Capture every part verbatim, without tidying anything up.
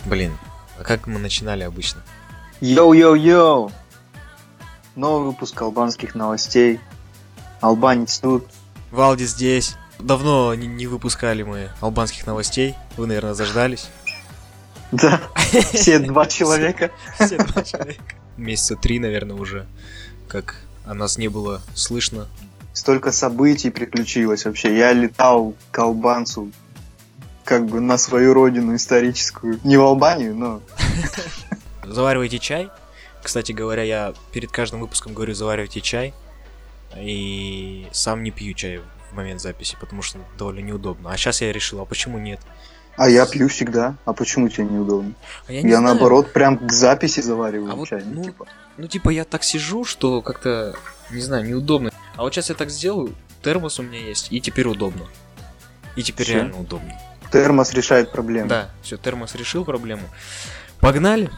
Блин, а как мы начинали обычно? Йоу-йоу-йоу! Новый выпуск албанских новостей. Албанец тут. Валди здесь. Давно не, не выпускали мы албанских новостей. Вы, наверное, заждались. Да, все два человека. Все два человека. Месяца три, наверное, уже. Как о нас не было слышно. Столько событий приключилось вообще. Я летал к албанцу, как бы на свою родину историческую. Не в Албанию, но... Заваривайте чай. Кстати говоря, я перед каждым выпуском говорю, заваривайте чай. И сам не пью чай в момент записи, потому что довольно неудобно. А сейчас я решил, а почему нет? А я пью всегда. А почему тебе неудобно? А я не я знаю. Наоборот прям к записи завариваю а вот, чай. Ну, типа. ну, типа, я так сижу, что как-то, не знаю, неудобно. А вот сейчас я так сделаю, термос у меня есть, и теперь удобно. И теперь Всё. реально удобно. Термос решает проблему. Да, все, термос решил проблему. Погнали!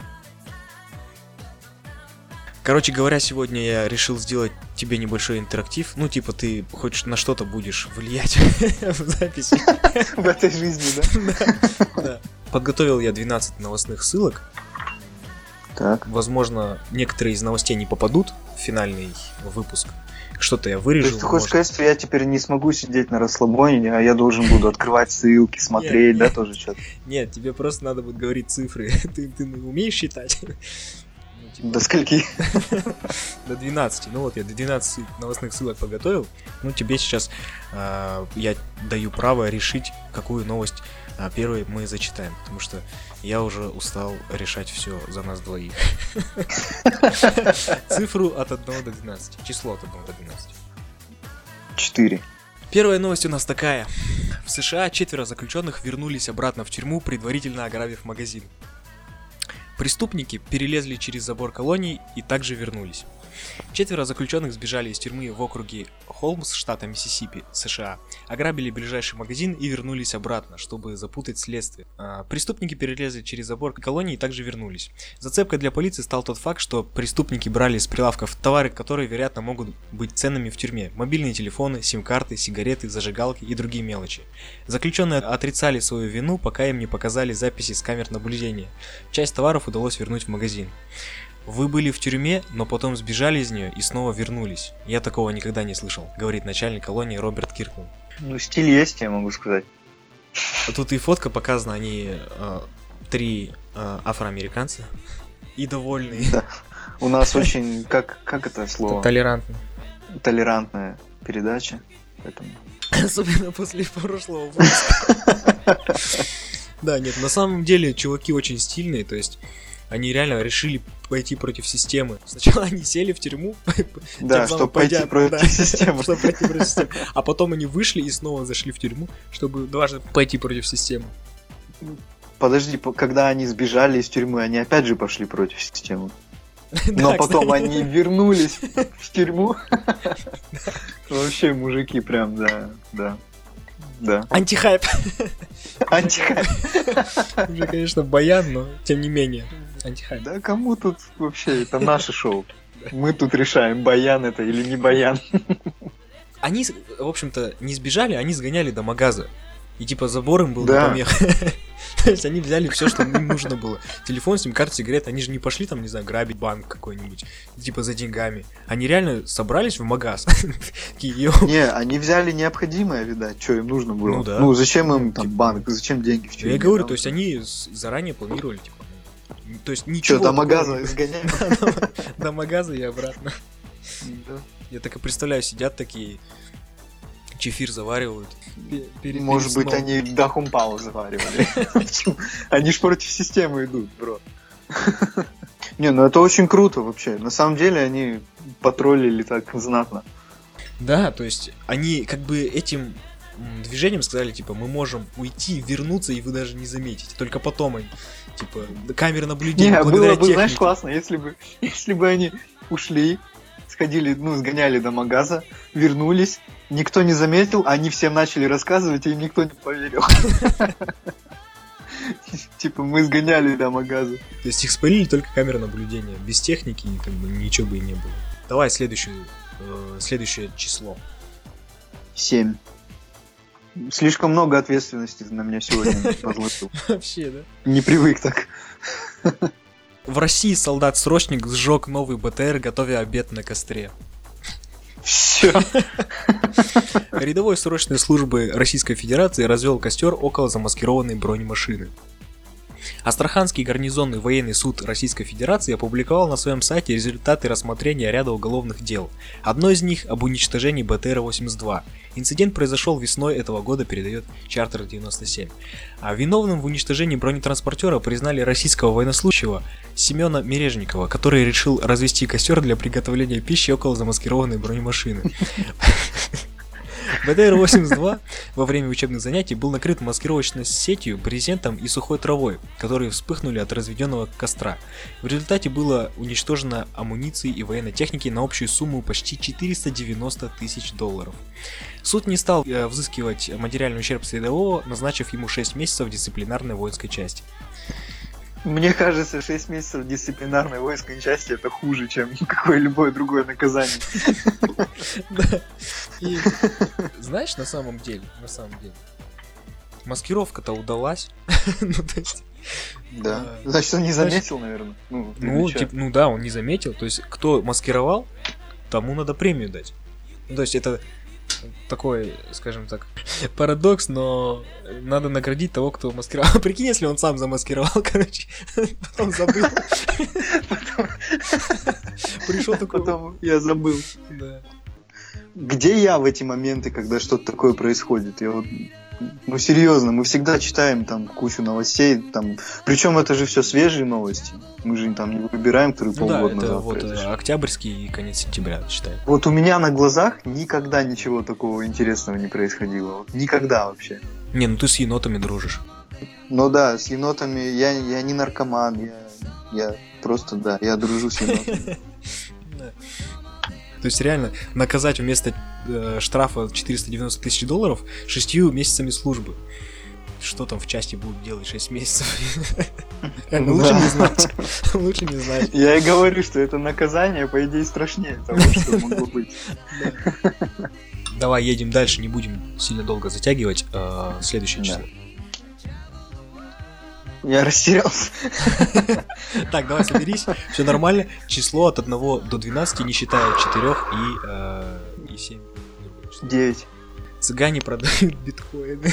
Короче говоря, сегодня я решил сделать тебе небольшой интерактив. Ну, типа, ты хоть на что-то будешь влиять в записи. В этой жизни, да? Да. Подготовил я двенадцать новостных ссылок. Так. Возможно, некоторые из новостей не попадут в финальный выпуск. Что-то я То вырежу. есть ты хочешь может. сказать, что я теперь не смогу сидеть на расслабоне, а я должен буду открывать ссылки, смотреть, Нет, да, нет. тоже что-то? Нет, тебе просто надо будет говорить цифры. Ты, ты умеешь считать? Ну, типа, До скольки? До двенадцати. Ну вот, я до двенадцати новостных ссылок подготовил. Ну, тебе сейчас э, я даю право решить, какую новость э, первой мы зачитаем. Потому что я уже устал решать все за нас двоих. Цифру от одного до двенадцати. Число от одного до двенадцати. Четыре. Первая новость у нас такая. В США четверо заключенных вернулись обратно в тюрьму, предварительно ограбив магазин. Преступники перелезли через забор колонии и также вернулись. Четверо заключенных сбежали из тюрьмы в округе Холмс, штата Миссисипи, США, ограбили ближайший магазин и вернулись обратно, чтобы запутать следствие. А, преступники перелезли через забор колонии и также вернулись. Зацепкой для полиции стал тот факт, что преступники брали с прилавков товары, которые, вероятно, могут быть ценными в тюрьме: мобильные телефоны, сим-карты, сигареты, зажигалки и другие мелочи. Заключенные отрицали свою вину, пока им не показали записи с камер наблюдения. Часть товаров удалось вернуть в магазин. Вы были в тюрьме, но потом сбежали из нее и снова вернулись. Я такого никогда не слышал, говорит начальник колонии Роберт Киркман. Ну, стиль есть, я могу сказать. Тут и фотка показана, они э, три э, афроамериканца и довольные. Да. У нас очень, как, как это слово? Толерантно. Толерантная передача. Поэтому... Особенно после прошлого выпуска. Да, нет, на самом деле чуваки очень стильные, то есть они реально решили пойти против системы. Сначала они сели в тюрьму, да, чтобы пойти против системы. Чтобы пойти против системы. А потом они вышли и снова зашли в тюрьму, чтобы дважды пойти против системы. Подожди, когда они сбежали из тюрьмы, они опять же пошли против системы. Но потом они вернулись в тюрьму. Вообще мужики прям, да, да. Да. Антихайп. Антихайп. Уже, конечно, баян, но тем не менее. Антихайп. Да кому тут вообще, это наше шоу. Мы тут решаем, баян это или не баян. Они, в общем-то, не сбежали, они сгоняли до магаза. И типа забор им был да. на помех. То есть они взяли все, что им нужно было. Телефон, сим-карта, сигарет. Они же не пошли там, не знаю, грабить банк какой-нибудь, типа за деньгами. Они реально собрались в магаз. Не, они взяли необходимое, видать, что им нужно было. Ну да. Ну зачем им там банк, зачем деньги в тюрьме? Я говорю, то есть они заранее планировали, типа. То есть ничего. Что, до магаза сгоняем? До магаза и обратно. Я так и представляю, сидят такие, чефир заваривают. Может быть, они до хумпала заваривали. Они ж против системы идут, бро. Не, ну это очень круто вообще. На самом деле они потроллили так знатно. Да, то есть они как бы этим движением сказали, типа, мы можем уйти, вернуться, и вы даже не заметите. Только потом они, типа, камеры наблюдения. Не, было бы, знаешь, классно, если бы, если бы они ушли, сходили, ну, сгоняли до магаза, вернулись, никто не заметил, они всем начали рассказывать, и им никто не поверил. Типа, мы сгоняли до магаза. То есть их спалили только камеры наблюдения. Без техники как бы ничего бы и не было. Давай следующее, следующее число. Семь. Слишком много ответственности на меня сегодня возложил. Вообще, да? Не привык так. В России солдат-срочник сжег новый БТР, готовя обед на костре. Все. Рядовой срочной службы Российской Федерации развел костер около замаскированной бронемашины. Астраханский гарнизонный военный суд Российской Федерации опубликовал на своем сайте результаты рассмотрения ряда уголовных дел. Одно из них об уничтожении БТР восемьдесят два. Инцидент произошел весной этого года, передает Чартер девяносто семь. А виновным в уничтожении бронетранспортера признали российского военнослужащего Семена Мережникова, который решил развести костер для приготовления пищи около замаскированной бронемашины. БТР восемьдесят два во время учебных занятий был накрыт маскировочной сетью, брезентом и сухой травой, которые вспыхнули от разведенного костра. В результате было уничтожено амуниции и военной техники на общую сумму почти четыреста девяносто тысяч долларов. Суд не стал э, взыскивать материальный ущерб с рядового, назначив ему шесть месяцев дисциплинарной воинской части. Мне кажется, шесть месяцев дисциплинарной воинской части это хуже, чем какое-любое другое наказание. Да. И знаешь, на самом деле, на самом деле, маскировка-то удалась. Ну, то есть, да. а, Значит, он не значит, заметил, наверное. Ну, ну, тип, ну да, он не заметил. То есть, кто маскировал, тому надо премию дать. Ну, то есть, это такой, скажем так, парадокс, но надо наградить того, кто маскировал. Прикинь, если он сам замаскировал, короче, потом забыл. Пришел такой... Потом я забыл. Да. Где я в эти моменты, когда что-то такое происходит? Я вот... Ну, серьезно, мы всегда читаем там кучу новостей, там... Причем это же все свежие новости. Мы же там не выбираем, которые ну полгода да, назад это вот произошли. октябрьский и конец сентября, считай. Вот у меня на глазах никогда ничего такого интересного не происходило. Вот никогда вообще. Не, ну ты с енотами дружишь. Ну да, с енотами я, я не наркоман, я, я просто, да, я дружу с енотами. То есть реально наказать вместо э, штрафа четыреста девяносто тысяч долларов шестью месяцами службы. Что там в части будут делать шесть месяцев? Лучше не знать. Лучше не знать. Я и говорю, что это наказание, по идее, страшнее того, что могло быть. Давай едем дальше, не будем сильно долго затягивать. Следующее число. Я растерялся. Так, давай соберись. Все нормально. Число от одного до двенадцати, не считая четырех и семь. девять. Цыгане продают биткоины.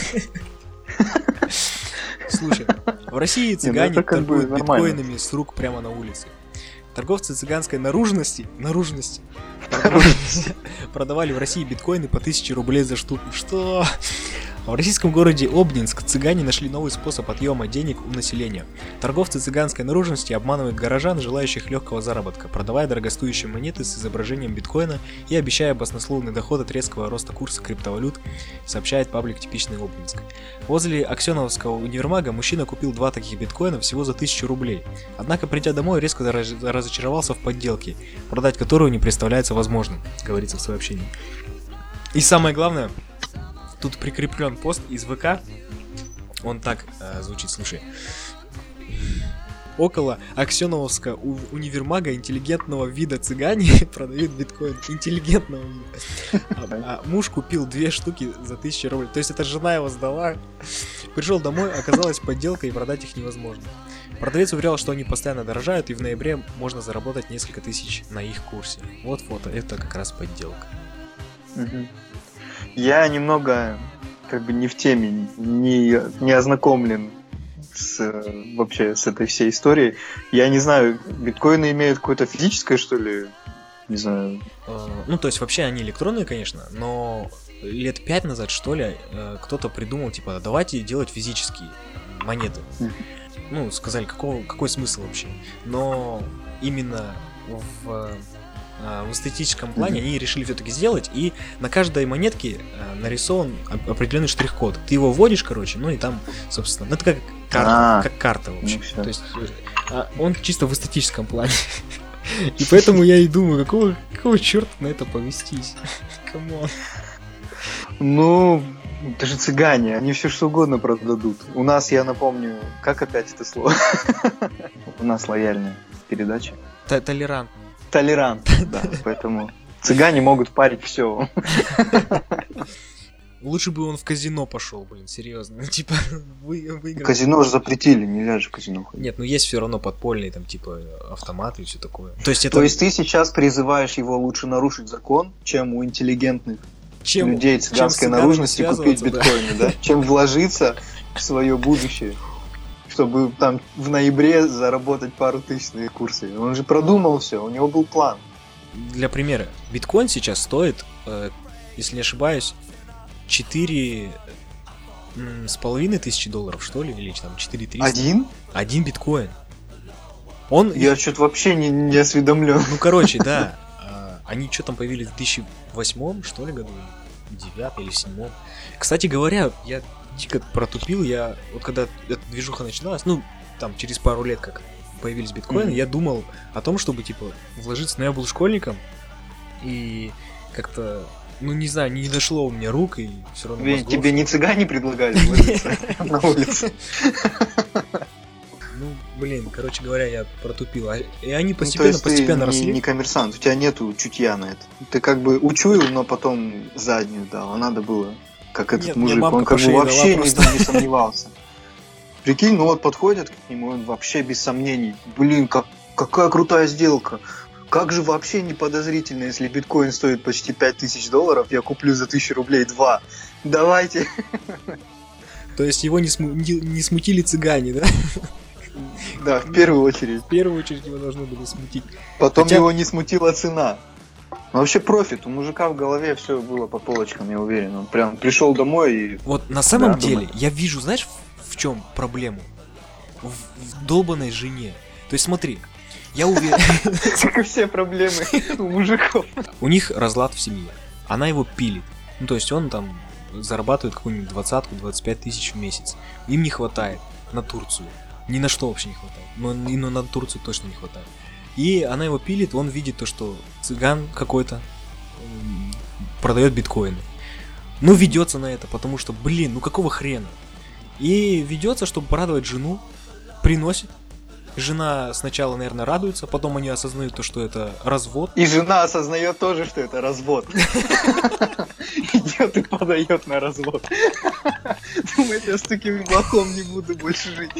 Слушай, в России цыгане ну, торгуют биткоинами с рук прямо на улице. Торговцы цыганской наружности, наружности продавали, продавали в России биткоины по тысяче рублей за штуку. Что? В российском городе Обнинск цыгане нашли новый способ отъема денег у населения. Торговцы цыганской наружности обманывают горожан, желающих легкого заработка, продавая дорогостоящие монеты с изображением биткоина и обещая баснословный доход от резкого роста курса криптовалют, сообщает паблик «Типичный Обнинск». Возле Аксеновского универмага мужчина купил два таких биткоина всего за тысячу рублей. Однако, придя домой, резко разочаровался в подделке, продать которую не представляется возможным, говорится в сообщении. И самое главное... Тут прикреплен пост из ВК. Он так э, звучит, слушай. Около Аксеновского универмага интеллигентного вида цыгане продают биткоин. Интеллигентного вида. А, а муж купил две штуки за тысячу рублей. То есть это жена его сдала. Пришел домой, оказалась подделка, и продать их невозможно. Продавец уверял, что они постоянно дорожают, и в ноябре можно заработать несколько тысяч на их курсе. Вот фото, это как раз подделка. Угу. Я немного как бы не в теме, не, не ознакомлен с, вообще с этой всей историей. Я не знаю, биткоины имеют какое-то физическое, что ли? Не знаю. Ну, то есть вообще они электронные, конечно, но лет пять назад, что ли, кто-то придумал, типа, давайте делать физические монеты. Ну, сказали, какого, какой смысл вообще? Но именно в... в эстетическом плане mm-hmm. они решили все-таки сделать, и на каждой монетке нарисован определенный штрих-код. Ты его вводишь, короче, ну и там, собственно, ну это как карта, как карта вообще. Ну, то есть он чисто в эстетическом плане. И поэтому я и думаю, какого, какого черта на это повестись? Камон. Ну, это же цыгане, они все что угодно продадут. У нас, я напомню, как опять это слово? У нас лояльная передача. Толерант. Толерант, да, поэтому цыгане могут парить все. Лучше бы он в казино пошел, блин, серьезно. Ну, типа, вы, выиграл. Казино же запретили, нельзя же в казино ходить. Нет, ну есть все равно подпольные, там, типа, автоматы и все такое. То есть, это... То есть ты сейчас призываешь его лучше нарушить закон, чем у интеллигентных чем, людей цыганской наружности купить биткоины, да? да? Чем вложиться в свое будущее, чтобы там в ноябре заработать пару тысяч на курсе. Он же продумал все, у него был план. Для примера, биткоин сейчас стоит, э, если не ошибаюсь, четыре с половиной тысячи долларов, что ли, или там четыре тысячи триста. Один? Один биткоин. Он... Я что-то вообще не, не осведомлен. Ну, короче, да. Они что там появились в две тысячи восьмом, что ли, году? В девятом или в седьмом. Кстати говоря, я дико протупил, я... Вот когда эта движуха начиналась, ну, там, через пару лет, как появились биткоины, mm-hmm. я думал о том, чтобы, типа, вложиться. Но я был школьником, и как-то... Ну, не знаю, не дошло у меня рук, и все равно мозгов. Тебе не цыгане предлагали вложиться на улице? Ну, блин, короче говоря, я протупил. И они постепенно-постепенно росли. Ты не коммерсант, у тебя нету чутья на это. Ты как бы учуял, но потом заднюю дал. А надо было, как этот мужик, он как бы вообще не сомневался. Прикинь, ну вот подходят к нему, он вообще без сомнений. Блин, какая крутая сделка. Как же вообще не подозрительно, если биткоин стоит почти пять тысяч долларов, я куплю за тысячу рублей два. Давайте. То есть его не, сму- не смутили цыгане, да? Да, в первую очередь. В первую очередь его должны были смутить. Потом Хотя... его не смутила цена. Но вообще профит, у мужика в голове все было по полочкам, я уверен. Он прям пришел домой и... Вот на самом да, деле, думаю. Я вижу, знаешь, в, в чем проблему? В, в долбанной жене. То есть смотри, я уверен... Как и все проблемы у мужиков. У них разлад в семье. Она его пилит. Ну, то есть он там зарабатывает какую-нибудь двадцатку, двадцать пять тысяч в месяц. Им не хватает на Турцию. Ни на что вообще не хватает. Но, но на Турцию точно не хватает. И она его пилит, он видит то, что цыган какой-то продает биткоины. Ну, ведется на это, потому что, блин, ну какого хрена? И ведется, чтобы порадовать жену, приносит. Жена сначала, наверное, радуется, потом они осознают то, что это развод. И жена осознает тоже, что это развод. Идет и подает на развод. Думает, я с таким лохом не буду больше жить.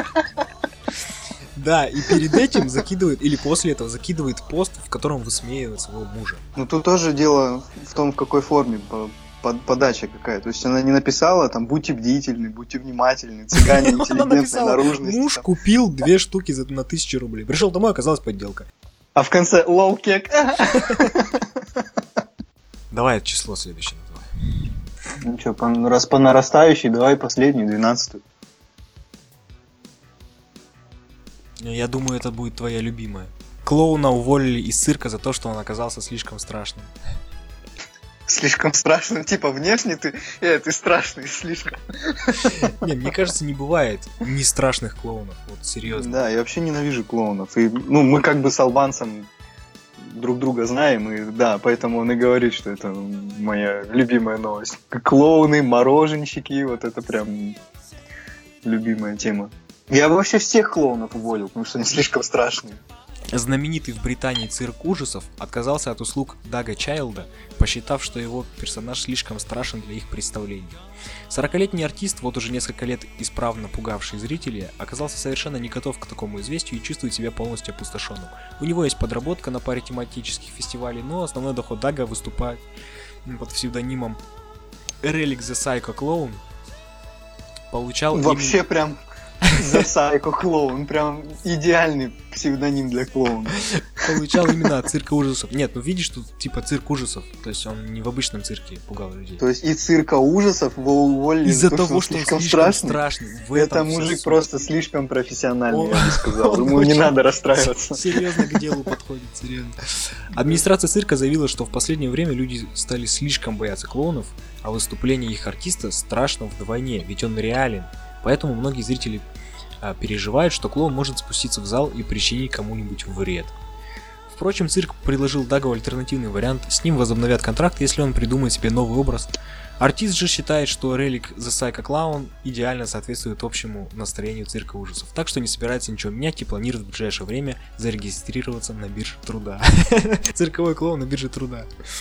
Да, и перед этим закидывает, или после этого закидывает пост, в котором высмеивает своего мужа. Ну тут тоже дело в том, в какой форме подача какая. То есть она не написала там будьте бдительны, будьте внимательны, цыгане интеллигентной наружности. Муж купил две штуки за на тысячу рублей. Пришел домой, оказалась подделка. А в конце лол кек. Давай число следующее называй. Ну что, по, раз по нарастающей, давай последнюю, двенадцатую. Я думаю, это будет твоя любимая. Клоуна уволили из цирка за то, что он оказался слишком страшным. Слишком страшным? Типа внешне ты, э, ты страшный слишком. Не, мне кажется, не бывает не страшных клоунов, вот серьезно. Да, я вообще ненавижу клоунов. И, ну, мы как бы с албанцем друг друга знаем, и да, поэтому он и говорит, что это моя любимая новость. Клоуны, мороженщики, вот это прям любимая тема. Я бы вообще всех клоунов уволил, потому что они слишком страшные. Знаменитый в Британии цирк ужасов отказался от услуг Дага Чайлда, посчитав, что его персонаж слишком страшен для их представлений. сорокалетний артист, вот уже несколько лет исправно пугавший зрителей, оказался совершенно не готов к такому известию и чувствует себя полностью опустошенным. У него есть подработка на паре тематических фестивалей, но основной доход Дага выступает под псевдонимом Relic the Psycho Clown. Получал Вообще им... прям... The Psycho Clown, прям идеальный псевдоним для клоуна. Получал именно от цирка ужасов. Нет, ну видишь, тут типа цирк ужасов. То есть он не в обычном цирке пугал людей. То есть и цирка ужасов его уволили из-за то, того, что он слишком, слишком страшный. страшный. В Это мужик суть. Просто слишком профессиональный, он, я бы сказал. Ему не надо расстраиваться. Серьезно к делу подходит, серьезно. Администрация цирка заявила, что в последнее время люди стали слишком бояться клоунов, а выступление их артиста страшно вдвойне, ведь он реален. Поэтому многие зрители а, переживают, что клоун может спуститься в зал и причинить кому-нибудь вред. Впрочем, цирк предложил Дагу альтернативный вариант. С ним возобновят контракт, если он придумает себе новый образ. Артист же считает, что Relic the Psycho Clown идеально соответствует общему настроению цирка ужасов. Так что не собирается ничего менять и планирует в ближайшее время зарегистрироваться на бирже труда. Цирковой клоун на бирже труда.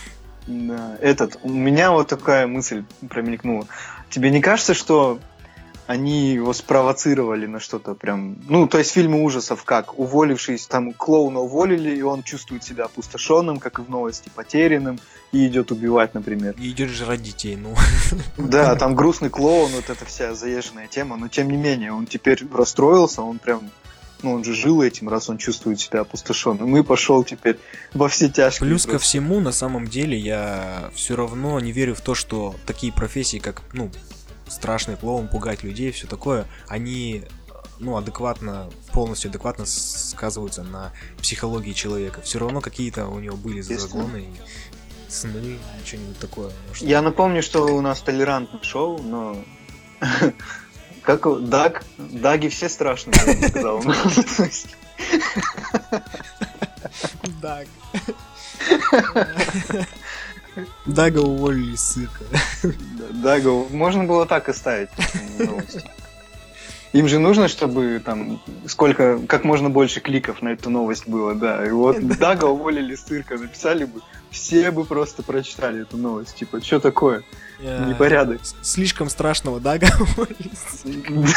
Да, этот, у меня вот такая мысль промелькнула. Тебе не кажется, что они его спровоцировали на что-то прям... Ну, то есть фильмы ужасов как? Уволившись, там клоуна уволили, и он чувствует себя опустошенным, как и в новости, потерянным, и идет убивать, например. И идет жрать детей, ну. Да, там грустный клоун, вот эта вся заезженная тема, но тем не менее, он теперь расстроился, он прям... Ну, он же жил этим, раз он чувствует себя опустошенным. И пошел теперь во все тяжкие. Плюс просто. ко всему, на самом деле, я все равно не верю в то, что такие профессии, как, ну, страшный клоун, пугать людей, все такое, они, ну, адекватно, полностью адекватно сказываются на психологии человека. Все равно какие-то у него были загоны, сны, что-нибудь такое. Может... Я напомню, что у нас толерантное шоу, но... Как Даг? Даги все страшные, я бы сказал. Даг. Дага уволили из цирка. Дага, можно было так и ставить новости. Им же нужно, чтобы там сколько, как можно больше кликов на эту новость было, да. И вот Дага уволили из цирка, написали бы, все бы просто прочитали эту новость. Типа, что такое? Непорядок. Слишком страшного Дага уволили из цирка.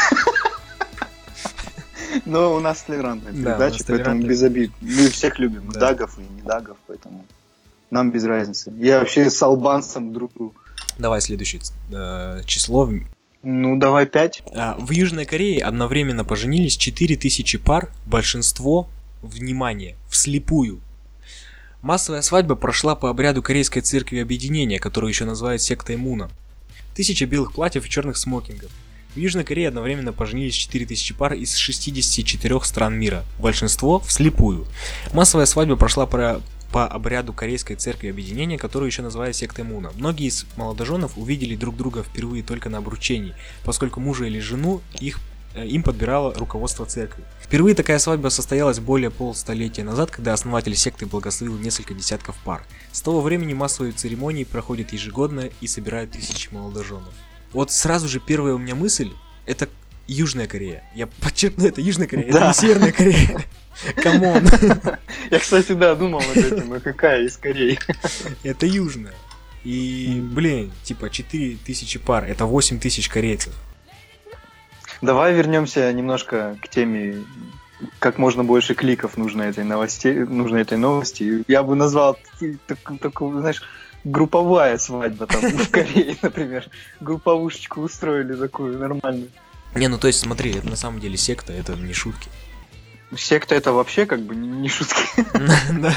Но у нас толерантная передача, поэтому без обид. Мы всех любим, Дагов и не Дагов, поэтому нам без разницы. Я вообще с албанцем дружу. Давай следующее число. Ну, давай пять. В Южной Корее одновременно поженились четыре тысячи пар, большинство, внимание, вслепую. Массовая свадьба прошла по обряду Корейской церкви объединения, которую еще называют сектой Муна. Тысяча белых платьев и черных смокингов. В Южной Корее одновременно поженились четыре тысячи пар из шестидесяти четырёх стран мира, большинство вслепую. Массовая свадьба прошла по по обряду Корейской церкви объединения, которую еще называют сектой Муна. Многие из молодоженов увидели друг друга впервые только на обручении, поскольку мужа или жену их, им подбирало руководство церкви. Впервые такая свадьба состоялась более полстолетия назад, когда основатель секты благословил несколько десятков пар. С того времени массовые церемонии проходят ежегодно и собирают тысячи молодоженов. Вот сразу же первая у меня мысль – это Южная Корея. Я подчеркну, это Южная Корея, да. Это не Северная Корея. Камон. Я, кстати, да, думал над этим, а какая из Кореи? Это Южная. И, блин, типа четыре тысячи пар, это восемь тысяч корейцев. Давай вернемся немножко к теме, как можно больше кликов нужно этой новости, нужно этой новости. Я бы назвал такую, знаешь, групповая свадьба там в Корее, например. Групповушечку устроили такую нормальную. Не, ну то есть смотри, это на самом деле секта, это не шутки. Секта это вообще как бы не шутки. Да.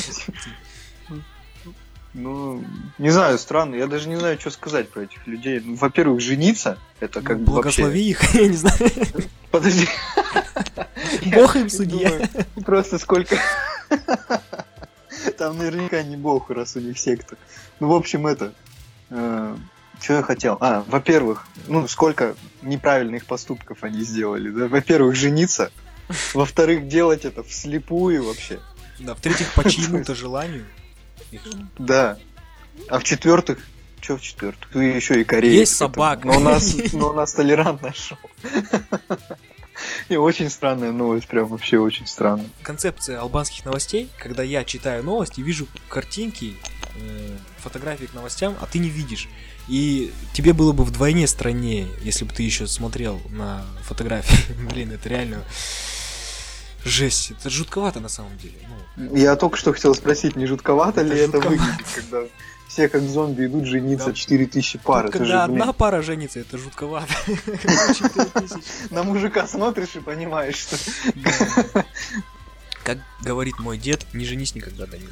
Ну, не знаю, странно. Я даже не знаю, что сказать про этих людей. Ну, во-первых, жениться, это как бы благослови их, я не знаю. Подожди. Бог им судья. Просто сколько... Там наверняка не бог, раз у них секта. Ну, в общем, это... Что я хотел? А, во-первых, ну, сколько неправильных поступков они сделали. Да? Во-первых, жениться. Во-вторых, делать это вслепую вообще. Да, в-третьих, по чьему-то желанию. Да. А в-четвертых, что в-четвертых? Ты еще и Корея. Есть собака. Но у нас, но у нас толерантное шоу. И очень странная новость, прям вообще очень странная. Концепция албанских новостей, когда я читаю новости, вижу картинки, фотографии к новостям, а ты не видишь. И тебе было бы вдвойне страннее, если бы ты еще смотрел на фотографии. Блин, это реально жесть. Это жутковато на самом деле. Ну. Я только что хотел спросить, не жутковато это ли жутковато. Это выглядит, когда все как зомби идут жениться, да. четыре тысячи пар. Это когда же, одна пара женится, это жутковато. На мужика смотришь и понимаешь, что... Как говорит мой дед, не женись никогда, Данил.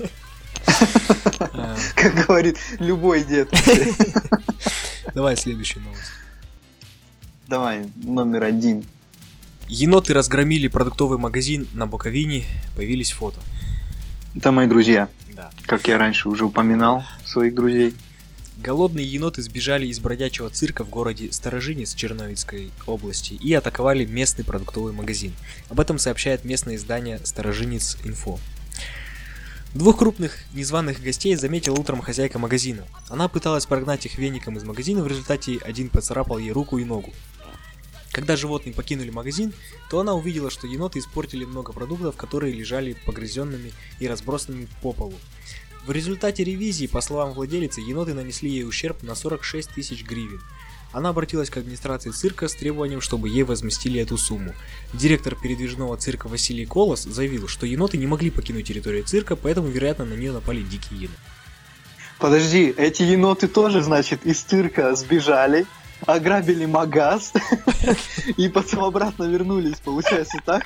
Как говорит любой дед. Давай следующую новость. Давай, номер один. Еноты разгромили продуктовый магазин на Буковине. Появились фото. Это мои друзья. Да. Как я раньше уже упоминал своих друзей. Голодные еноты сбежали из бродячего цирка в городе Сторожинец Черновицкой области и атаковали местный продуктовый магазин. Об этом сообщает местное издание Сторожинец Инфо. Двух крупных незваных гостей заметила утром хозяйка магазина. Она пыталась прогнать их веником из магазина, в результате один поцарапал ей руку и ногу. Когда животные покинули магазин, то она увидела, что еноты испортили много продуктов, которые лежали погрызенными и разбросанными по полу. В результате ревизии, по словам владелицы, еноты нанесли ей ущерб на сорок шесть тысяч гривен. Она обратилась к администрации цирка с требованием, чтобы ей возместили эту сумму. Директор передвижного цирка Василий Колос заявил, что еноты не могли покинуть территорию цирка, поэтому, вероятно, на нее напали дикие еноты. Подожди, эти еноты тоже, значит, из цирка сбежали, ограбили магаз и потом обратно вернулись, получается так?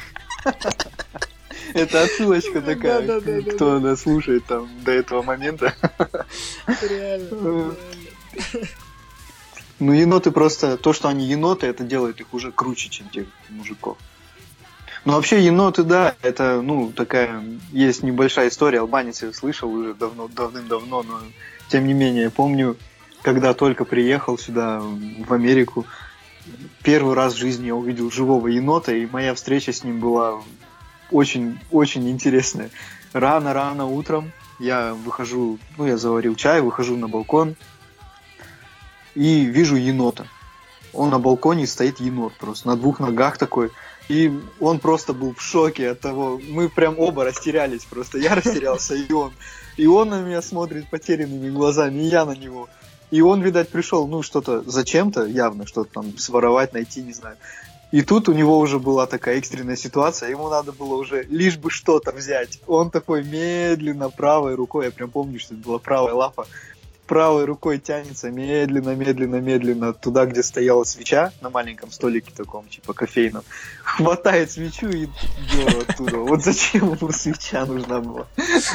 Это отсылочка такая, кто нас слушает там до этого момента. Реально. Ну, еноты просто, то, что они еноты, это делает их уже круче, чем тех мужиков. Ну, вообще, еноты, да, это, ну, такая, есть небольшая история, албанец я слышал уже давно, давным-давно, но, тем не менее, помню, когда только приехал сюда, в Америку, первый раз в жизни я увидел живого енота, и моя встреча с ним была очень-очень интересная. Рано-рано утром я выхожу, ну, я заварил чай, выхожу на балкон, и вижу енота. Он на балконе стоит, енот просто, на двух ногах такой. И он просто был в шоке от того. Мы прям оба растерялись просто. Я растерялся, и он. И он на меня смотрит потерянными глазами, и я на него. И он, видать, пришел, ну, что-то зачем-то, явно, что-то там своровать, найти, не знаю. И тут у него уже была такая экстренная ситуация, ему надо было уже лишь бы что-то взять. Он такой медленно правой рукой, я прям помню, что это была правая лапа, правой рукой тянется медленно, медленно, медленно туда, где стояла свеча на маленьком столике таком, типа кофейном. Хватает свечу и дёру оттуда. Вот зачем ему свеча нужна была?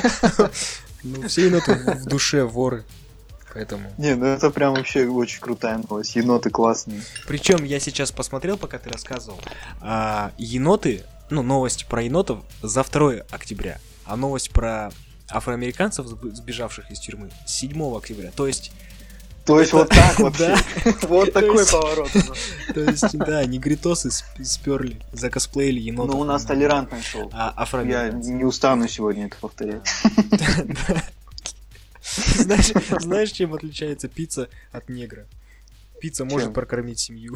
Ну, все еноты в душе воры. Поэтому... Не, ну это прям вообще очень крутая новость. Еноты классные. Причем я сейчас посмотрел, пока ты рассказывал. А, еноты, ну, новость про енотов за второе октября. А новость про афроамериканцев, сбежавших из тюрьмы, седьмого октября. То есть... То есть вот так вообще. Вот такой поворот. То есть, да, негритосы сперли, закосплеили енотов. Ну, у нас толерантное шоу. Я не устану сегодня это повторять. Знаешь, знаешь, чем отличается пицца от негра? Пицца может чем? Прокормить семью.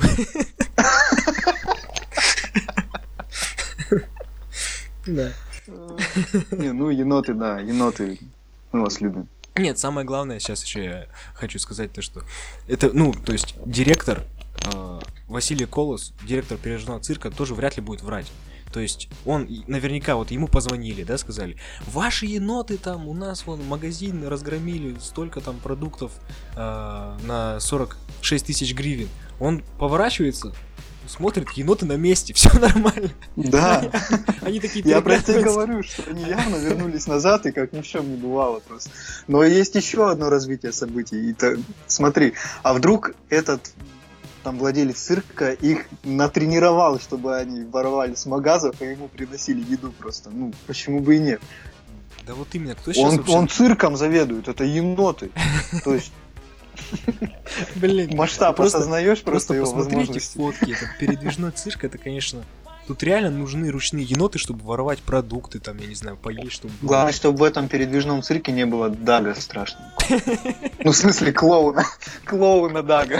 Да. Не, ну еноты, да, еноты, мы вас любим. Нет, самое главное, сейчас еще я хочу сказать то, что это, ну, то есть директор э, Василий Колос, директор передвижного цирка, тоже вряд ли будет врать. То есть он наверняка, вот ему позвонили, да, сказали, ваши еноты там, у нас вон магазин разгромили, столько там продуктов э, на сорок шесть тысяч гривен. Он поворачивается, смотрит, еноты на месте, все нормально. Да. Они такие Я про это говорю, что они явно вернулись назад и как ни в чем не бывало просто. Но есть еще одно развитие событий. Это, смотри, а вдруг этот там владелец цирка их натренировал, чтобы они воровали с магазов и ему приносили еду просто. Ну, почему бы и нет? Да вот именно, кто сейчас он, вообще... он цирком заведует, это еноты. То есть блин, масштаб просто, осознаешь просто просто его посмотрите возможности. Фотки, этот передвижной цирк, это, конечно, тут реально нужны ручные еноты, чтобы воровать продукты, там, я не знаю, поесть, чтобы... Главное, чтобы в этом передвижном цирке не было Дага страшного. Ну, в смысле, клоуна. Клоуна Дага.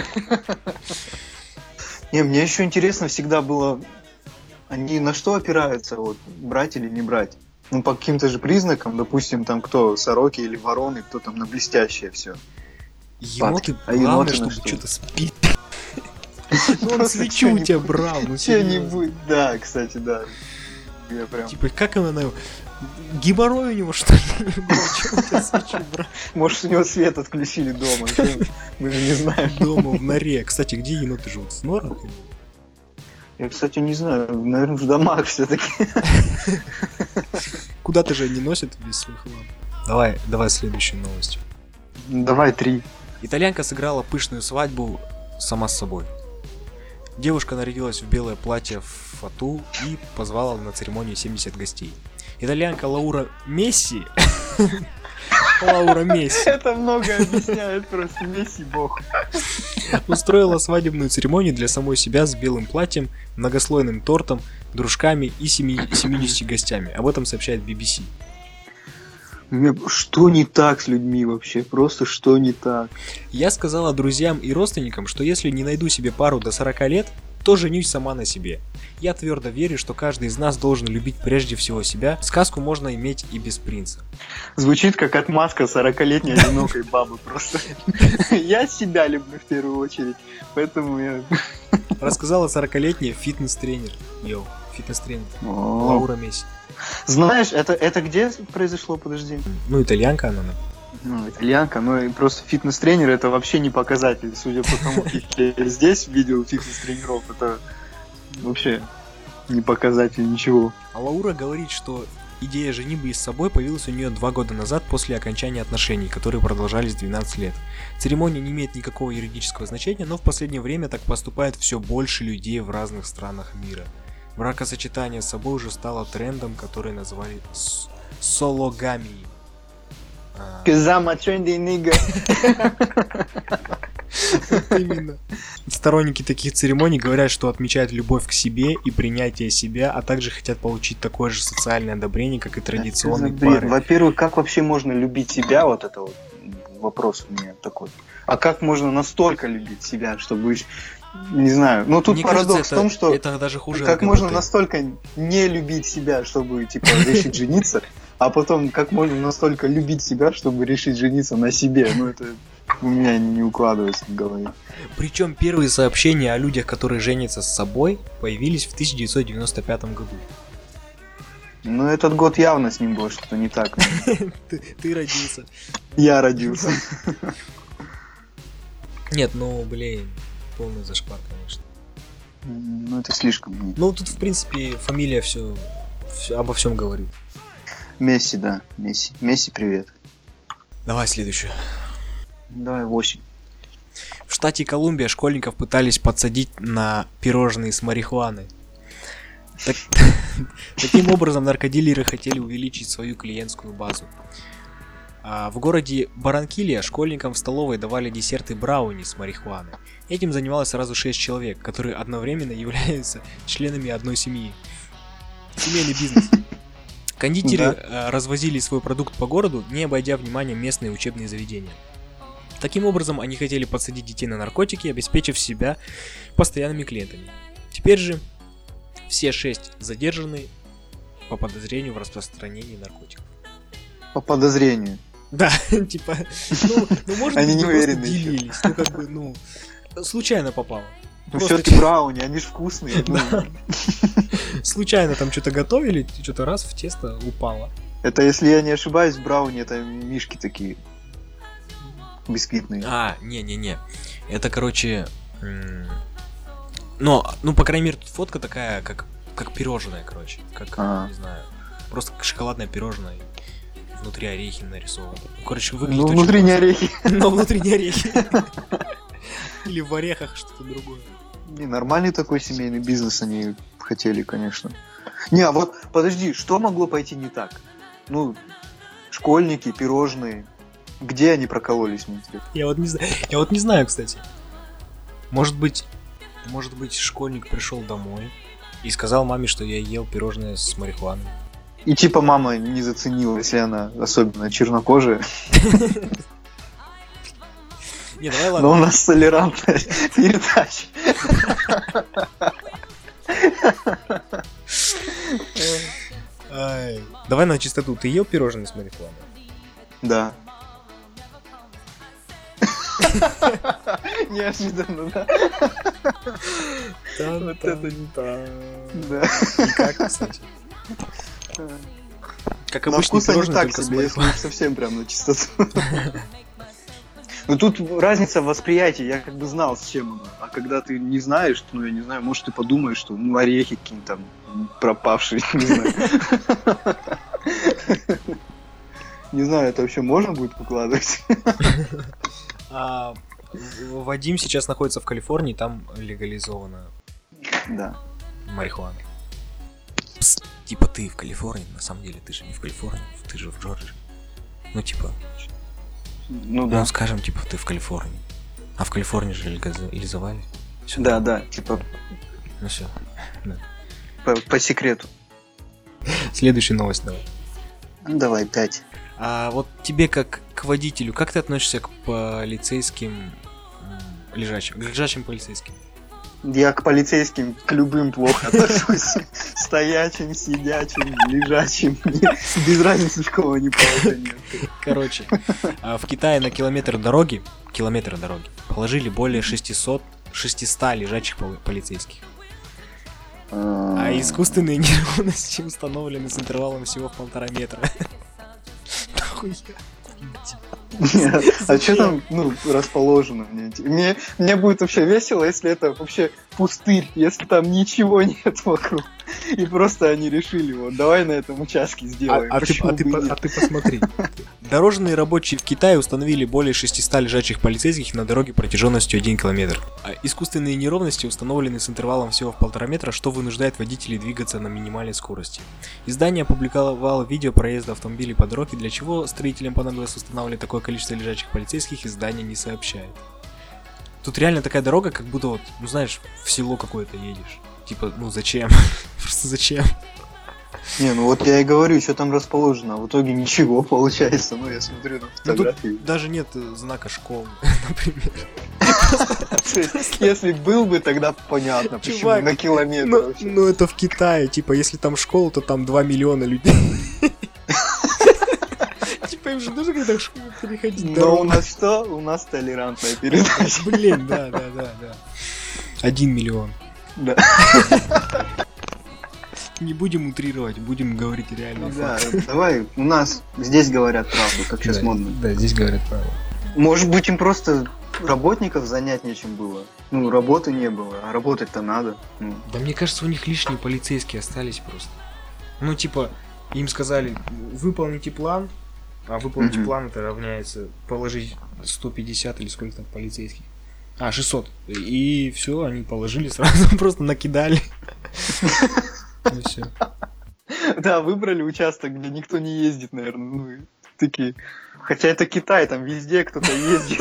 Не, мне еще интересно всегда было, они на что опираются, вот, брать или не брать? Ну, по каким-то же признакам, допустим, там кто, сороки или вороны, кто там на блестящее все. Еноты, главное, чтобы что-то спит. Он свечу у тебя брал, ну что-нибудь, да, кстати, да. Я прям... Типа, как она, наверное, геморрой у него, что ли? Чего у тебя свечу брал? Может, у него свет отключили дома, мы же не знаем. Дома, в норе. Кстати, где еноты живут? В норах? Я, кстати, не знаю, наверное, в домах все-таки. Куда-то же они носят без своих лап. Давай, давай следующую новость. Давай три. Итальянка сыграла пышную свадьбу сама с собой. Девушка нарядилась в белое платье в фату и позвала на церемонию семьдесят гостей. Итальянка Лаура Месси... Лаура Месси. Это много объясняет просто, Месси бог. Устроила свадебную церемонию для самой себя с белым платьем, многослойным тортом, дружками и семьюдесятью гостями. Об этом сообщает би би си. Что не так с людьми вообще? Просто что не так? Я сказала друзьям и родственникам, что если не найду себе пару до сорока лет, то женюсь сама на себе. Я твердо верю, что каждый из нас должен любить прежде всего себя. Сказку можно иметь и без принца. Звучит как отмазка сорокалетней одинокой бабы просто. Я себя люблю в первую очередь, поэтому я... Рассказала сорокалетняя фитнес-тренер. Йоу, фитнес-тренер. Лаура Месси. Знаешь, это, это где произошло, подожди? Ну, итальянка она. Ну, итальянка, но и просто фитнес-тренер это вообще не показатель, судя по тому, как я здесь видел фитнес-тренеров, это вообще не показатель ничего. А Лаура говорит, что идея женитьбы с собой появилась у нее два года назад после окончания отношений, которые продолжались двенадцать лет. Церемония не имеет никакого юридического значения, но в последнее время так поступает все больше людей в разных странах мира. Бракосочетание с собой уже стало трендом, который называли с- сологамией. Cause I'm a trendy nigga. Именно. Сторонники таких церемоний говорят, что отмечают любовь к себе и принятие себя, а также хотят получить такое же социальное одобрение, как и традиционные пары. Во-первых, как вообще можно любить себя? Вот это вот вопрос у меня такой. А как можно настолько любить себя, чтобы... Не знаю. Но тут Мне парадокс кажется, в том, это, что... это даже хуже как ЛГБТ. можно настолько не любить себя, чтобы, типа, решить жениться, а потом как можно настолько любить себя, чтобы решить жениться на себе. Ну, это у меня не укладывается в голове. Причем первые сообщения о людях, которые женятся с собой, появились в тысяча девятьсот девяносто пятом году. Ну, этот год явно с ним было что-то не так. Ты родился. Я родился. Нет, ну, блин, полный зашквар, конечно. Ну, это слишком. Ну, тут, в принципе, фамилия все, все обо всем говорит. Месси, да, Месси. Месси, привет. Давай следующую. Давай восемь. В штате Колумбия школьников пытались подсадить на пирожные с марихуаной. Так, таким образом, наркодилеры хотели увеличить свою клиентскую базу. А в городе Барранкилья школьникам в столовой давали десерты брауни с марихуаной. Этим занималось сразу шесть человек, которые одновременно являются членами одной семьи. Семейный бизнес. Кондитеры да. развозили свой продукт по городу, не обойдя вниманием местные учебные заведения. Таким образом, они хотели подсадить детей на наркотики, обеспечив себя постоянными клиентами. Теперь же все шесть задержаны по подозрению в распространении наркотиков. По подозрению? Да, типа, ну, ну может они быть, не просто уверены делились, ну как бы, ну, случайно попало. Ну все-таки брауни, они ж вкусные. Случайно там что-то готовили, что-то раз в тесто упало. Это, если я не ошибаюсь, брауни это мишки такие. Бисквитные. А, не-не-не. Это, короче... М- но, ну, по крайней мере, тут фотка такая, как, как пирожное, короче. Как, А. не знаю, просто шоколадное пирожное. Внутри орехи нарисованы. Короче, выглядит Ну, очень внутри не просто. орехи. Но внутри не орехи. Или в орехах что-то другое. Не, нормальный такой семейный бизнес они хотели, конечно. Не, а вот, подожди, что могло пойти не так? Ну, школьники, пирожные. Где они прокололись, мне интересно? Я вот не знаю, я вот не знаю, кстати. Может быть, может быть, школьник пришел домой и сказал маме, что я ел пирожное с марихуаной. И типа мама не заценила, если она особенно чернокожая. Не, давай ладно. Но у нас толерантная передача. Ай. Давай на чистоту. Ты ел пирожное с марихуаной? Да. Неожиданно, да? Вот это не так. Да. И как, кстати? Как На обычно, вкус они пирожное так только с себе, если марихуаной. уж совсем прям на чистоту. Ну тут разница в восприятии, я как бы знал, с чем оно. А когда ты не знаешь, ну я не знаю, может ты подумаешь, что ну орехи какие-то там пропавшие, не знаю. Не знаю, это вообще можно будет выкладывать? А, Вадим сейчас находится в Калифорнии, там легализована Да. марихуана. Пс, типа ты в Калифорнии, на самом деле ты же не в Калифорнии, ты же в Джорджии. Ну типа, Ну да. ну скажем, типа ты в Калифорнии. А в Калифорнии же легализовали. Всё Да, нормально. да, типа Ну все. Да. по, по секрету. Следующая новость давай. Ну, давай, пять. А вот тебе как к водителю, как ты относишься к полицейским м, лежачим, к лежачим полицейским? Я к полицейским, к любым плохо отношусь. Стоячим, сидячим, лежачим. Без разницы, в кого они положения. Короче, в Китае на километр дороги, километр дороги, положили более шестисот, шестисот лежачих полицейских. А искусственные неровности установлены с интервалом всего в полтора метра. Нахуя? А что там, ну, расположено? Мне, мне, мне будет вообще весело, если это вообще пустырь, если там ничего нет вокруг. И просто они решили, вот, давай на этом участке сделаем. А, а, ты, а, ты, а ты посмотри. Дорожные рабочие в Китае установили более шестисот лежачих полицейских на дороге протяженностью один километр. А искусственные неровности установлены с интервалом всего в полтора метра, что вынуждает водителей двигаться на минимальной скорости. Издание опубликовало видео проезда автомобилей по дороге, для чего строителям понадобилось устанавливать такое количество лежачих полицейских, издание не сообщает. Тут реально такая дорога, как будто вот, ну знаешь, в село какое-то едешь. Типа, ну зачем? Просто зачем? Не, ну вот я и говорю, что там расположено, а в итоге ничего получается, ну я смотрю на фотографии. Ну, даже нет знака школы, например. Если был бы, тогда понятно, почему Чувак, на километр. Ну, ну это в Китае, типа, если там школа, то там два миллиона людей. Типа им же нужно когда в школу переходить. Но у нас что? У нас толерантная передача. Блин, да, да, да, да. Один миллион. Да. Не будем утрировать, будем говорить реальные да, факты. Давай, у нас здесь говорят правду, как сейчас да, модно. Да, здесь говорят правду. Может быть, им просто работников занять нечем было. Ну, работы не было, а работать-то надо. Ну. Да мне кажется, у них лишние полицейские остались просто. Ну, типа, им сказали, выполните план, а выполнить mm-hmm. план это равняется положить сто пятьдесят или сколько там полицейских. А, шестьсот. И все, они положили сразу, просто накидали. И все. Да, выбрали участок, где никто не ездит, наверное. Ну, такие. Хотя это Китай, там везде кто-то ездит.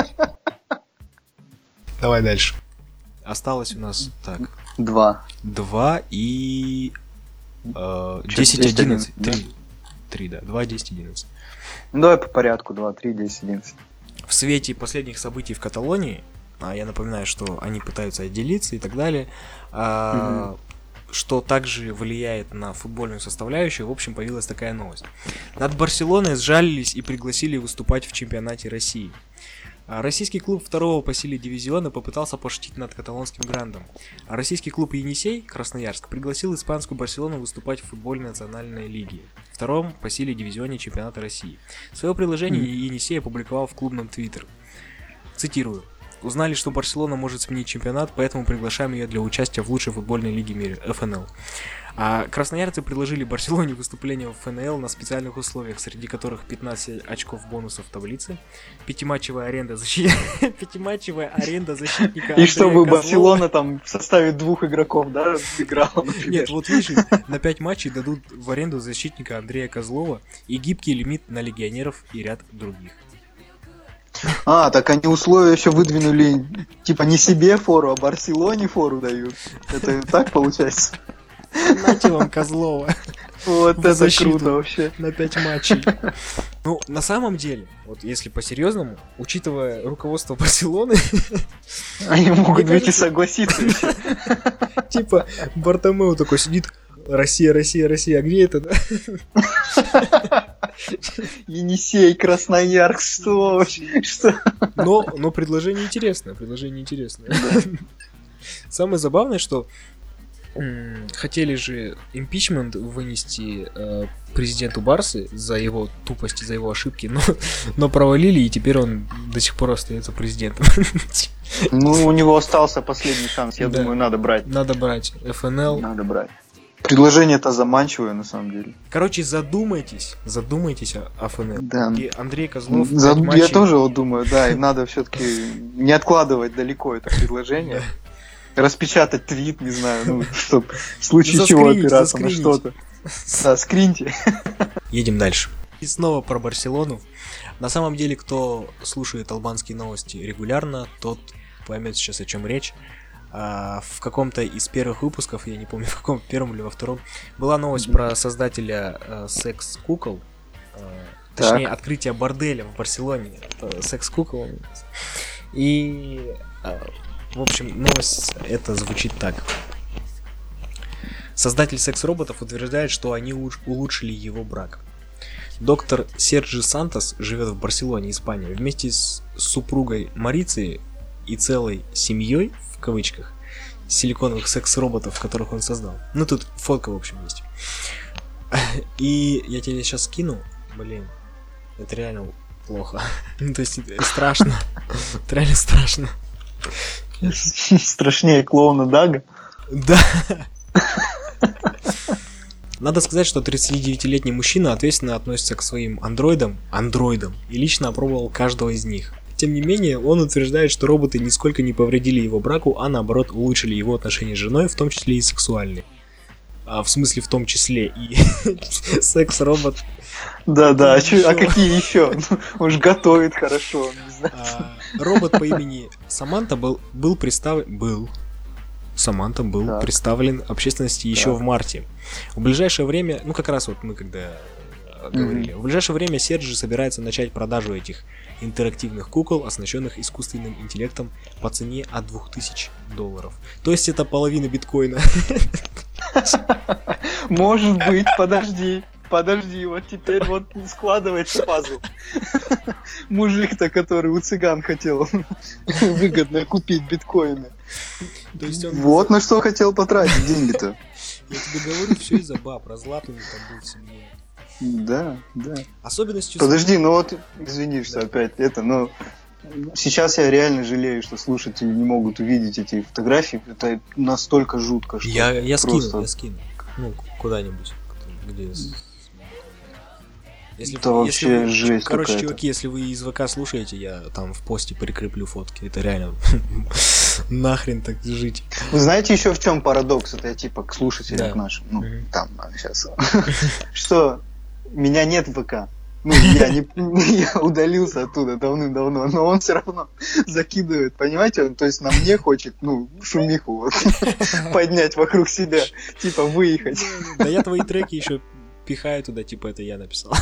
Давай дальше. Осталось у нас так. Два. Два и десять, одиннадцать. Три. Три, да. Два, десять, одиннадцать. Ну давай по порядку. Два, три, десять, одиннадцать. В свете последних событий в Каталонии, а я напоминаю, что они пытаются отделиться и так далее, а, mm-hmm. что также влияет на футбольную составляющую, в общем, появилась такая новость. Над Барселоной сжалились и пригласили выступать в чемпионате России. А российский клуб второго по силе дивизиона попытался пошутить над каталонским грандом. А российский клуб «Енисей» Красноярск пригласил испанскую Барселону выступать в футбольной национальной лиге, втором по силе дивизионе чемпионата России. Свое предложение mm-hmm. «Енисей» опубликовал в клубном твиттер. Цитирую. Узнали, что Барселона может сменить чемпионат, поэтому приглашаем ее для участия в лучшей футбольной лиге мира, эф эн эл. А красноярцы предложили Барселоне выступление в эф эн эл на специальных условиях, среди которых пятнадцать очков бонусов в таблице, пятиматчевая аренда, защит... пятиматчевая аренда защитника Андрея И чтобы Козлова. Барселона там в составе двух игроков, да, играла? Нет, вот видишь, на пять матчей дадут в аренду защитника Андрея Козлова и гибкий лимит на легионеров и ряд других. А, так они условия еще выдвинули, типа не себе фору, а Барселоне фору дают. Это так получается? Нате вам Козлова. Вот это круто вообще. На пять матчей. Ну, на самом деле, вот если по-серьезному, учитывая руководство Барселоны... Они могут ведь и согласиться еще. Типа, Бартомеу такой сидит, Россия, Россия, Россия, а где это, да? Енисей, Красноярск, что вообще? Что? Но, но предложение интересное, предложение интересное. Да. Самое забавное, что м- хотели же импичмент вынести э, президенту Барсы за его тупость и за его ошибки, но, но провалили, и теперь он до сих пор остается президентом. Ну, у него остался последний шанс, я да. думаю, надо брать. Надо брать эф эн эл. Надо брать. Предложение-то заманчивое, на самом деле. Короче, задумайтесь, задумайтесь о эф эн эл. Да. И Андрей Козлов... За... Я тоже вот думаю, да, и надо все-таки не откладывать далеко это предложение. Распечатать твит, не знаю, ну, чтобы в случае чего опираться на что-то. Да, скриньте. Едем дальше. И снова про Барселону. На самом деле, кто слушает албанские новости регулярно, тот поймет сейчас, о чем речь. Uh, в каком-то из первых выпусков, я не помню, в каком, первом или во втором, была новость mm-hmm. про создателя uh, секс-кукол, uh, точнее, так. открытие борделя в Барселоне, uh, секс-кукол. И uh, В общем, новость это звучит так. Создатель секс-роботов утверждает, что они улучшили его брак. Доктор Серджи Сантос живет в Барселоне, Испания. Вместе с супругой Марицией и целой семьей, в кавычках, силиконовых секс-роботов, которых он создал. Ну, тут фотка, в общем, есть. И я тебе сейчас скину. Блин, это реально плохо. Ну, то есть, страшно. Это реально страшно. Страшнее клоуна Дага? Да. Надо сказать, что тридцатидевятилетний мужчина ответственно относится к своим андроидам, андроидам и лично опробовал каждого из них. Тем не менее, он утверждает, что роботы нисколько не повредили его браку, а наоборот улучшили его отношения с женой, в том числе и сексуальные. А, в смысле, в том числе и секс-робот. Да-да, а, чё, а какие еще? Ну, уж готовит хорошо. Не знаю. А, робот по имени Саманта был, был представлен... Был. Саманта был так. представлен общественности еще так. в марте. В ближайшее время, ну как раз вот мы когда говорили, mm-hmm. в ближайшее время Серджи собирается начать продажу этих интерактивных кукол, оснащенных искусственным интеллектом по цене от двух тысяч долларов. То есть это половина биткоина. Может быть, подожди. Подожди, вот теперь вот складывается пазл. Мужик-то, который у цыган хотел выгодно купить биткоины. То есть он... Вот на что хотел потратить деньги-то. Я тебе говорю, все из-за баб, разлад у них там был в семье. Да, да. Особенностью... Подожди, ну вот, извини, что да. опять это, но сейчас я реально жалею, что слушатели не могут увидеть эти фотографии. Это настолько жутко, что Я, я просто... скину, я скину. Ну, куда-нибудь, где... Если, это вообще если вы, жесть короче, какая-то. чуваки, если вы из ВК слушаете, я там в посте прикреплю фотки. Это реально нахрен так жить. Вы знаете еще в чем парадокс? Это я типа к слушателям да. к нашим. Ну, mm-hmm. там, сейчас. Что меня нет в ВК. Ну, я не я удалился оттуда давным-давно, но он все равно закидывает, понимаете? Он, то есть на мне хочет, ну, шумиху вот, поднять вокруг себя, типа выехать. Да я твои треки еще пихаю туда, типа это я написал.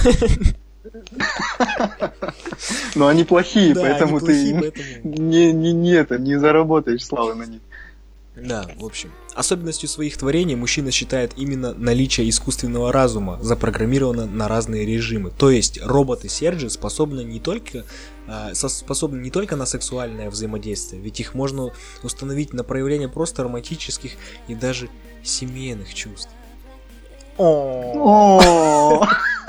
Но они плохие, да, поэтому они плохие, ты поэтому... Не, не, не, это, не заработаешь славы на них. Да, в общем. Особенностью своих творений мужчина считает именно наличие искусственного разума, запрограммировано на разные режимы. То есть роботы Серджи способны не только, э, способны не только на сексуальное взаимодействие, ведь их можно установить на проявление просто романтических и даже семейных чувств. О.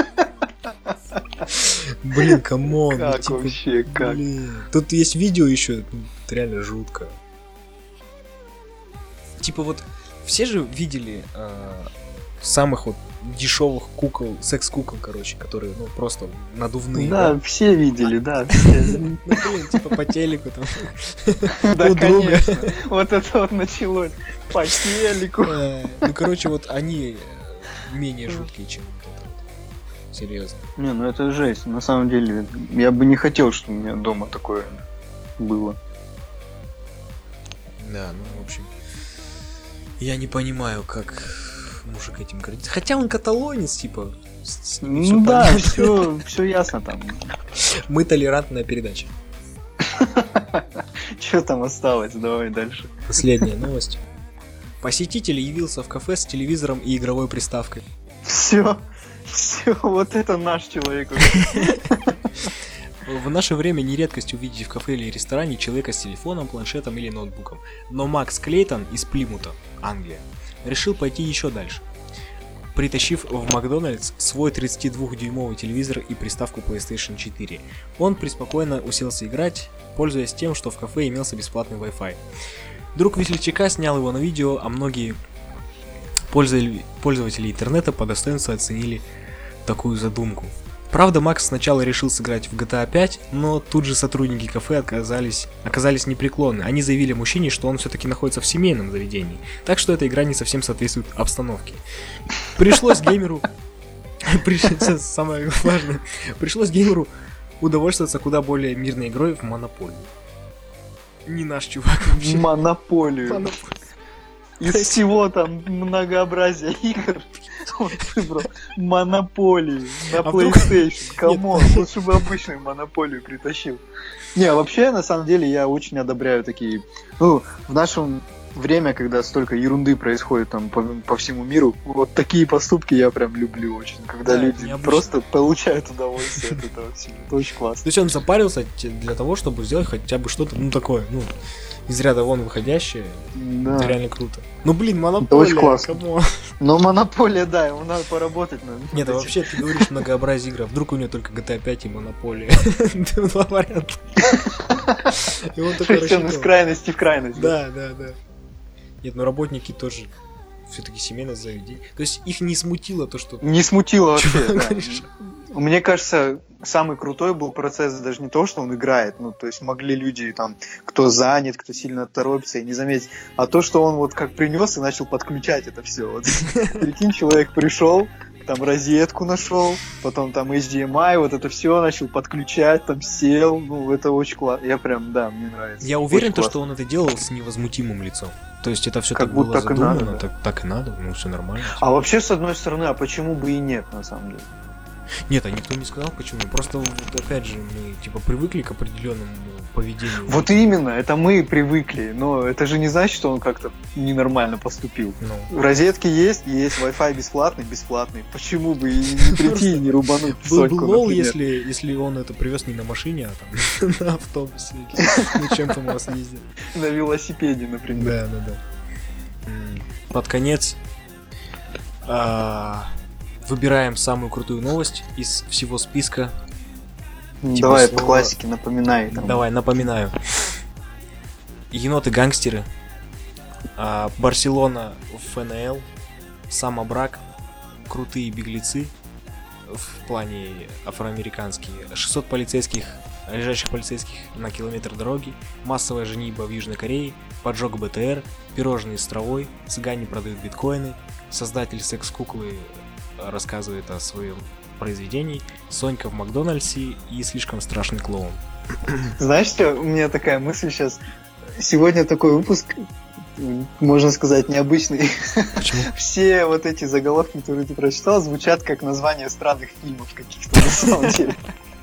Блин, камон. Как типа, вообще, как? Блин. Тут есть видео еще, реально жутко. Типа вот, все же видели э, самых вот дешевых кукол, секс-кукол, короче, которые, ну, просто надувные. Да, да? Все видели, да, все. Ну, блин, типа по телеку там. Да, конечно. Вот это вот началось. По телеку. Ну, короче, вот они менее жуткие, чем вот это вот. Серьезно. Не, ну это жесть. На самом деле, я бы не хотел, чтобы у меня дома такое было. Да, ну, в общем... Я не понимаю, как мужик этим гордится. Хотя он каталонец, типа. С ними ну да, все, все ясно там. Мы толерантная передача. Что там осталось? Давай дальше. Последняя новость. Посетитель явился в кафе с телевизором и игровой приставкой. Все, все, вот это наш человек. В наше время не редкость увидеть в кафе или ресторане человека с телефоном, планшетом или ноутбуком. Но Макс Клейтон из Плимута, Англия, решил пойти еще дальше, притащив в Макдональдс свой тридцатидвухдюймовый телевизор и приставку PlayStation четыре. Он преспокойно уселся играть, пользуясь тем, что в кафе имелся бесплатный Wi-Fi. Друг весельчака снял его на видео, а многие пользователи, пользователи интернета по достоинству оценили такую задумку. Правда, Макс сначала решил сыграть в джи ти эй пять, но тут же сотрудники кафе оказались, оказались непреклонны. Они заявили мужчине, что он все-таки находится в семейном заведении, так что эта игра не совсем соответствует обстановке. Пришлось геймеру... Самое важное. Пришлось геймеру удовольствоваться куда более мирной игрой в Монополию. Не наш чувак вообще. Монополию. Из всего там многообразия игр он выбрал Монополию на А вдруг- PlayStation. Камон, лучше бы обычную Монополию притащил. Не, вообще, на самом деле, я очень одобряю такие... Ну, в нашем время, когда столько ерунды происходит там по, по всему миру, вот такие поступки я прям люблю очень. Когда Да, люди необычно. просто получают удовольствие от этого всего. Это очень классно. То есть он запарился те- для того, чтобы сделать хотя бы что-то, ну, такое, ну, из ряда вон выходящее. Это Да. реально круто. Ну, блин, монополия, очень классно. камон. Но Монополия, да, ему надо поработать. Надо. Нет, а вообще ты говоришь многообразие игр, а вдруг у него только джи ти эй пять и монополия. Два варианта. И он такой Причем из рассчитывал. крайности в крайность. Да, да, да. Нет, ну работники тоже все-таки семейное заведение. То есть их не смутило то, что... Не смутило вообще, Чувак да. говоришь. Мне кажется, самый крутой был процесс даже не то, что он играет, ну, то есть могли люди там, кто занят, кто сильно торопится и не заметить, а то, что он вот как принес и начал подключать это все. Вот, прикинь, человек пришел, там розетку нашел, потом там эйч ди эм ай, вот это все начал подключать, там сел, ну, это очень классно. Я прям, да, мне нравится. Я уверен, Очень то, классно. что он это делал с невозмутимым лицом. То есть это все Как так будто было так и задумано, надо, да. так, так и надо, ну все нормально. А вообще, с одной стороны, а почему бы и нет, на самом деле? Нет, а никто не сказал почему. Просто вот, опять же мы типа привыкли к определенному поведению. Вот именно, это мы привыкли, но это же не значит, что он как-то ненормально поступил. Ну, Розетки есть, есть Wi-Fi бесплатный, бесплатный. Почему бы и не прийти и не рубануть был бы сотку, лол, например? если, если он это привез не на машине, а там на автобусе. или на чем там у вас ездит. На велосипеде, например. Да, да, да. М, Под конец а, выбираем самую крутую новость из всего списка. Ну, Типа давай слова- по классике напоминай. Там. Давай, напоминаю. Еноты-гангстеры, а, Барселона в эф эн эл, Самобрак, Крутые беглецы в плане афроамериканские, шестьсот полицейских, лежащих полицейских на километр дороги, массовая женитьба в Южной Корее, поджог бэ тэ эр, пирожные с травой, цыгане продают биткоины, создатель секс-куклы рассказывает о своем произведении, Сонька в Макдональдсе и слишком страшный клоун. Знаешь что, у меня такая мысль сейчас. Сегодня такой выпуск, можно сказать, необычный. Почему? Все вот эти заголовки, которые ты прочитал, звучат как название странных фильмов каких-то на самом деле.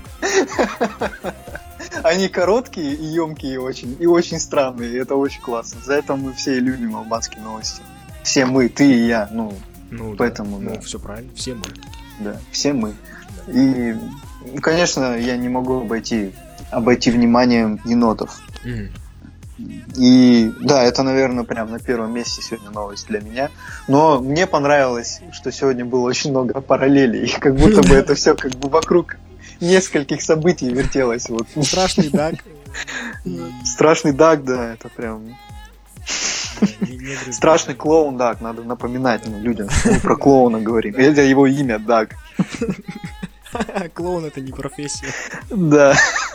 Они короткие и емкие очень, и очень странные, и это очень классно. За это мы все и любим албанские новости. Все мы, ты и я, ну, Ну, Поэтому, да. да. Ну, все правильно, все мы. да, все мы. И, конечно, я не могу обойти, обойти вниманием енотов. Мгм. И да, это, наверное, прям на первом месте сегодня новость для меня. Но мне понравилось, что сегодня было очень много параллелей. И как будто бы это все как бы вокруг нескольких событий вертелось. Вот. Страшный Даг. Страшный Даг, да, это прям... Не- негры- Страшный клоун Даг, надо напоминать ну, людям, что мы про клоуна говорим. Это его имя Даг. Клоун это не профессия. Да.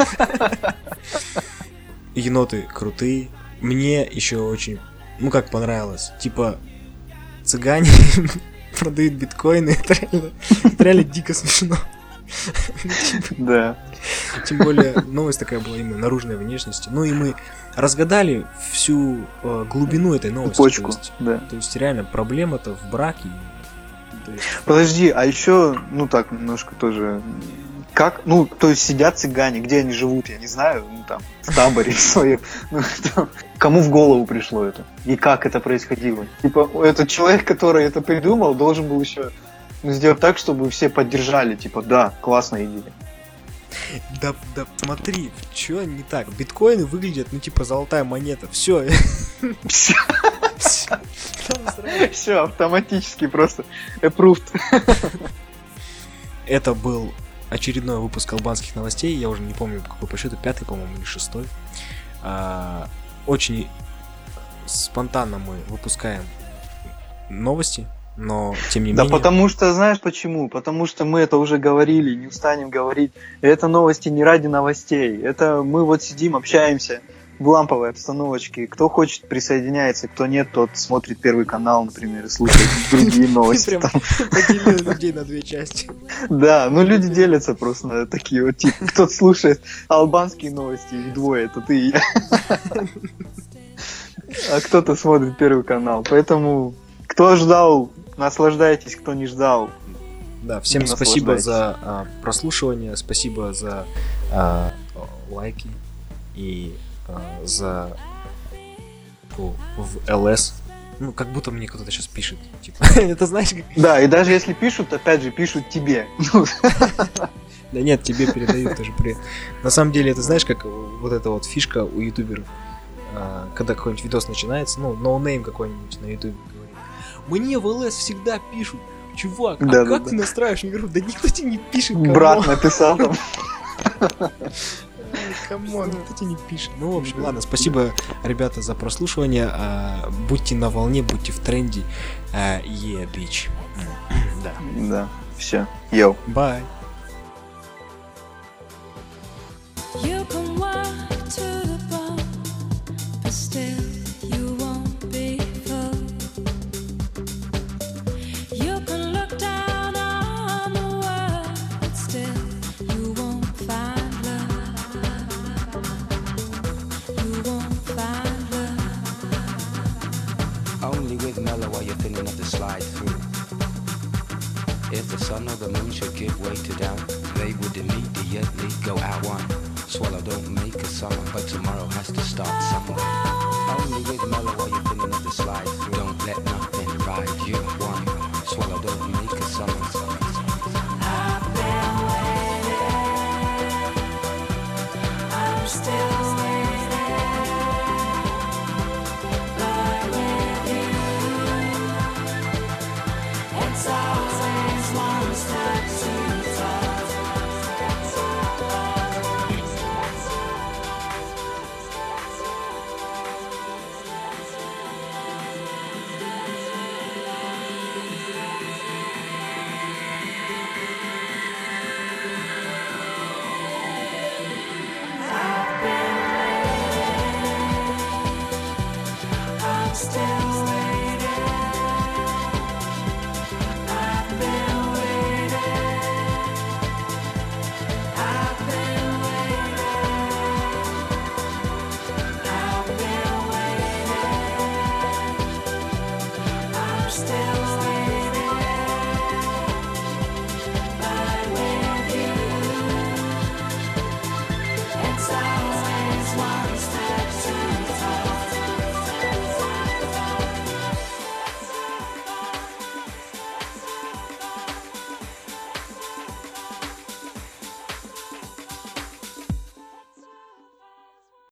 Еноты крутые. Мне еще очень, ну как понравилось. Типа цыгане продают биткоины. Это реально, это реально дико смешно. Да. Тем более новость такая была именно наружной внешности. Ну и мы разгадали всю э, глубину этой новости. Почку, То есть, да. то есть реально проблема-то в браке. То есть, Подожди, а еще, ну так, немножко тоже... Как, ну, то есть сидят цыгане, где они живут, я не знаю, ну там, в таборе своем. Ну, там, кому в голову пришло это? И как это происходило? Типа, этот человек, который это придумал, должен был еще ну, сделать так, чтобы все поддержали. Типа, да, классная идея. Да, да, смотри, что не так? Биткоины выглядят, ну типа золотая монета. Все. Все, все автоматически просто approved. Это был очередной выпуск албанских новостей. Я уже не помню, какой по счету, пятый, по-моему, или шестой. А, очень спонтанно мы выпускаем новости, но тем не Да менее... потому что, знаешь почему? Потому что мы это уже говорили, не устанем говорить. Это новости не ради новостей. Это мы вот сидим, общаемся в ламповой обстановочке. Кто хочет, присоединяется, кто нет, тот смотрит Первый канал, например, и слушает другие новости. Прям там. поделил людей на две части. Да, ну люди делятся просто на такие вот типы. Кто-то слушает албанские новости, их двое, это ты и я. а кто-то смотрит Первый канал. Поэтому, кто ждал, наслаждайтесь, кто не ждал. Да, всем спасибо за а, прослушивание, спасибо за а, лайки и а, за в, в ЛС. Ну, как будто мне кто-то сейчас пишет. Типа, это знаешь, как... Да, и даже если пишут, опять же, пишут тебе. Да нет, тебе передают тоже привет. На самом деле, это знаешь, как вот эта вот фишка у ютуберов, когда какой-нибудь видос начинается, ну, ноунейм какой-нибудь на ютубе говорит: мне в ЛС всегда пишут, чувак, а да, как да, ты да. настраиваешь? Я говорю, да никто тебе не пишет, камон. Брат написал там. Камон, никто тебе не пишет. Ну, в общем, ладно, спасибо, ребята, за прослушивание. Будьте на волне, будьте в тренде. Yeah, bitch. Да. Да, все. Йоу. Bye. You can walk to the bone, but still you won't be full. You can look down on the world, but still you won't find love. You won't find love. Only with mellow are you feeling of the slide through. If the sun or the moon should give way to doubt, they would immediately go out one. Swallow don't make a summer, but tomorrow has to start somewhere. Only with mellow are you feeling of the slide through. Don't let nothing ride you one. Swallow don't make a summer.